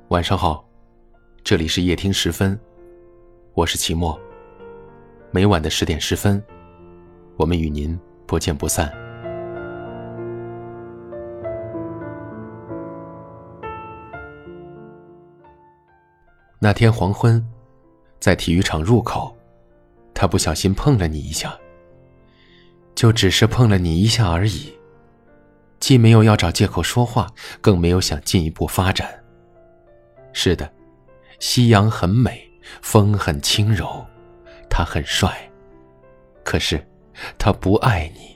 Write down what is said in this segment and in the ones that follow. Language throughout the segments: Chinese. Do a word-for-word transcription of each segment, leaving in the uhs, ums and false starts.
晚上好，这里是夜听十分，我是齐墨。每晚的十点十分，我们与您不见不散。那天黄昏，在体育场入口，他不小心碰了你一下，就只是碰了你一下而已，既没有要找借口说话，更没有想进一步发展。是的，夕阳很美，风很轻柔，他很帅，可是他不爱你。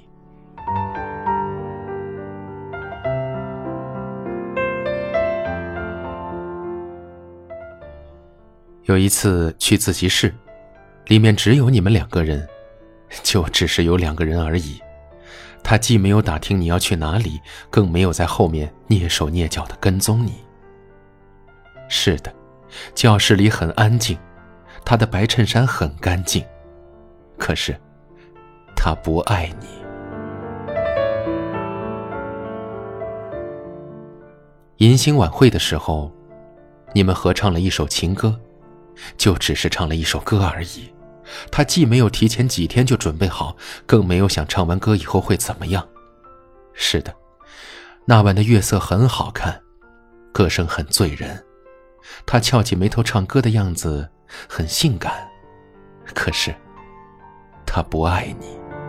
有一次去自习室，里面只有你们两个人，就只是有两个人而已。他既没有打听你要去哪里，更没有在后面蹑手蹑脚地跟踪你。是的，教室里很安静，他的白衬衫很干净，可是他不爱你。迎新晚会的时候，你们合唱了一首情歌，就只是唱了一首歌而已。他既没有提前几天就准备好，更没有想唱完歌以后会怎么样。是的，那晚的月色很好看，歌声很醉人，他翘起眉头唱歌的样子很性感，可是他不爱你。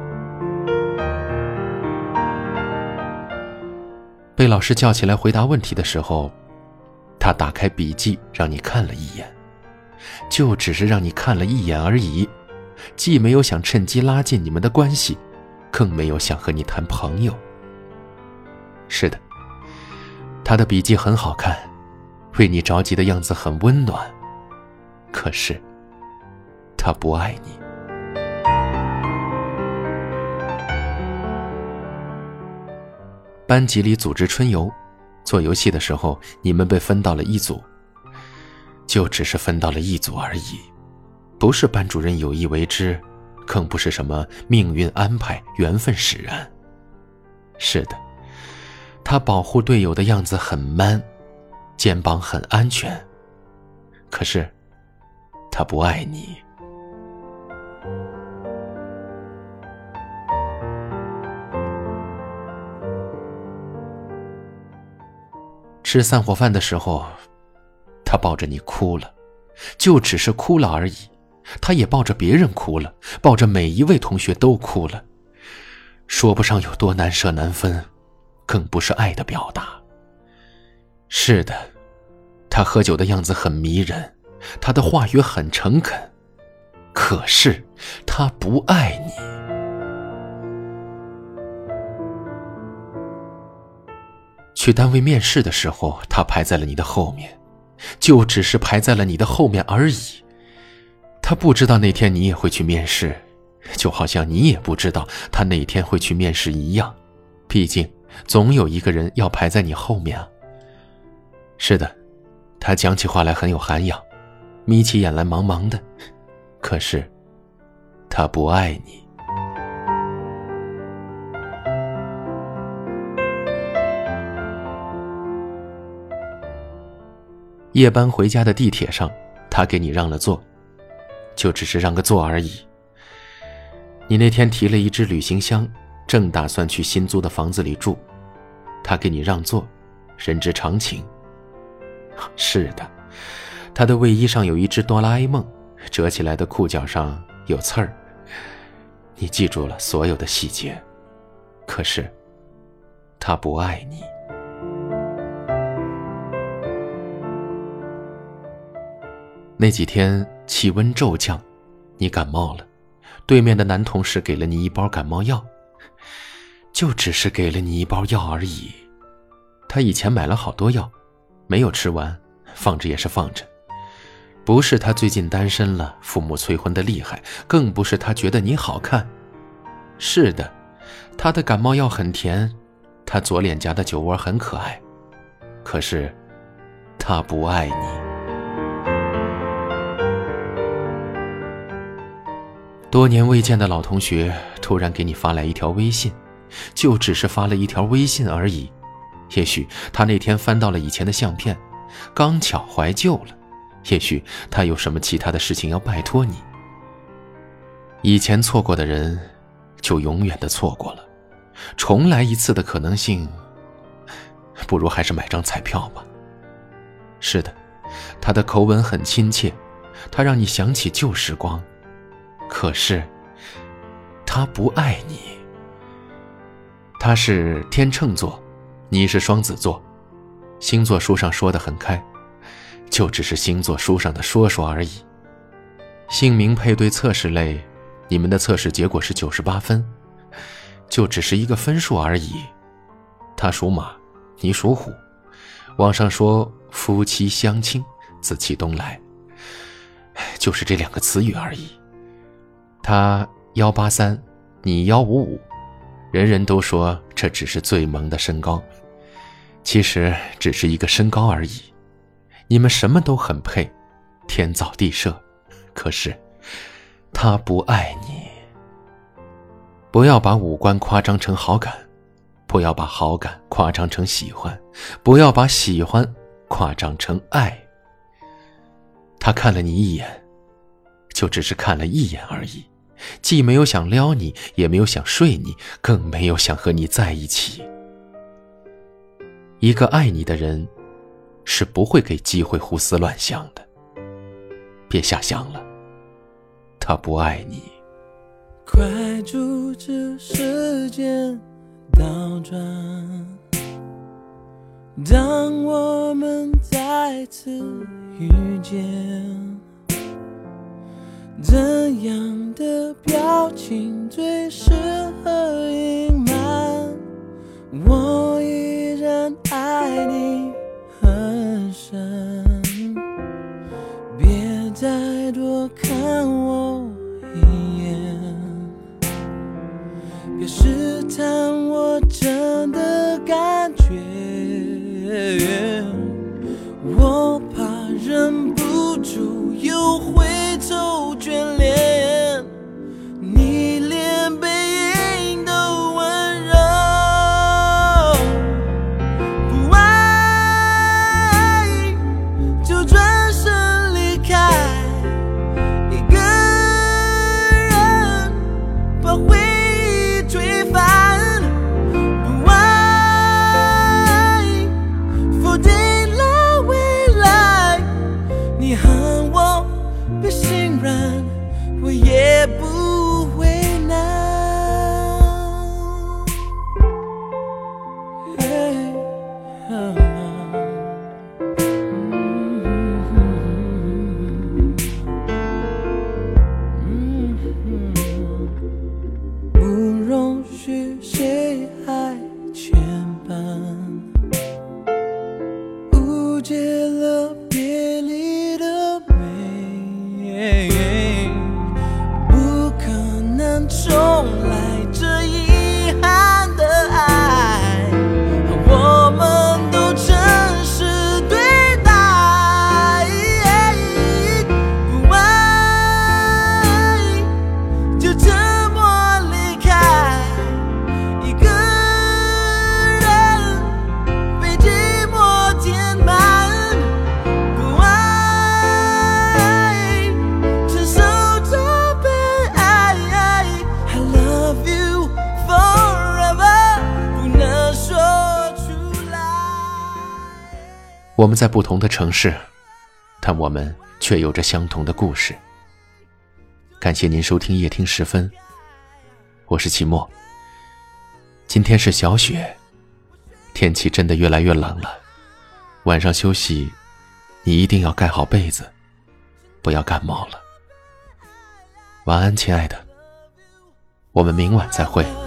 被老师叫起来回答问题的时候，他打开笔记让你看了一眼，就只是让你看了一眼而已，既没有想趁机拉近你们的关系，更没有想和你谈朋友。是的，他的笔记很好看，为你着急的样子很温暖，可是他不爱你。班级里组织春游，做游戏的时候，你们被分到了一组，就只是分到了一组而已，不是班主任有意为之，更不是什么命运安排、缘分使然。是的，他保护队友的样子很 man， 肩膀很安全，可是他不爱你。吃散伙饭的时候，他抱着你哭了，就只是哭了而已。他也抱着别人哭了，抱着每一位同学都哭了，说不上有多难舍难分，更不是爱的表达。是的，他喝酒的样子很迷人，他的话语很诚恳，可是他不爱你。去单位面试的时候，他排在了你的后面，就只是排在了你的后面而已。他不知道那天你也会去面试，就好像你也不知道他哪天会去面试一样，毕竟总有一个人要排在你后面啊。是的，他讲起话来很有涵养，眯起眼来茫茫的，可是他不爱你。夜班回家的地铁上，他给你让了座，就只是让个座而已。你那天提了一只旅行箱，正打算去新租的房子里住，他给你让座，人之常情。是的，他的卫衣上有一只哆啦 A 梦，折起来的裤脚上有刺儿，你记住了所有的细节，可是他不爱你。那几天气温骤降，你感冒了，对面的男同事给了你一包感冒药，就只是给了你一包药而已。他以前买了好多药，没有吃完，放着也是放着。不是他最近单身了，父母催婚的厉害，更不是他觉得你好看。是的，他的感冒药很甜，他左脸颊的酒窝很可爱，可是他不爱你。多年未见的老同学突然给你发来一条微信，就只是发了一条微信而已。也许他那天翻到了以前的相片， 刚巧怀旧了，也许他有什么其他的事情要拜托你。以前错过的人就永远的错过了，重来一次的可能性，不如还是买张彩票吧。是的，他的口吻很亲切，他让你想起旧时光，可是他不爱你。他是天秤座，你是双子座，星座书上说得很开，就只是星座书上的说说而已。姓名配对测试类，你们的测试结果是九十八分，就只是一个分数而已。他属马，你属虎，网上说夫妻相亲，自其东来，就是这两个词语而已。他一八三，你一五五，人人都说这只是最萌的身高，其实只是一个身高而已。你们什么都很配，天造地设，可是他不爱你。不要把五官夸张成好感，不要把好感夸张成喜欢，不要把喜欢夸张成爱。他看了你一眼，就只是看了一眼而已，既没有想撩你，也没有想睡你，更没有想和你在一起。一个爱你的人是不会给机会胡思乱想的，别瞎想了，他不爱你。 快阻止时间倒转，当我们再次遇见，怎样的表情最适合隐瞒我依然爱你很深？别再多看我一眼，别试探我真的感觉，我怕忍不住又回头眷恋你连背影都温柔。不爱就转身离开，一个人把回忆推翻。不爱否定了未来，你恨我别心软，我也不为难。Hey, oh, mm-hmm. 不容许谁还牵绊，误解了别离的美，不可能重来这遗憾的爱，我们都诚实对待。不爱就这么离开，一个人被寂寞填满。不爱承受着被爱 I love you forever 不能说出来。 我们在不同的城市，但我们却有着相同的故事。感谢您收听夜听时分，我是齐墨。今天是小雪，天气真的越来越冷了，晚上休息你一定要盖好被子，不要感冒了。晚安，亲爱的，我们明晚再会。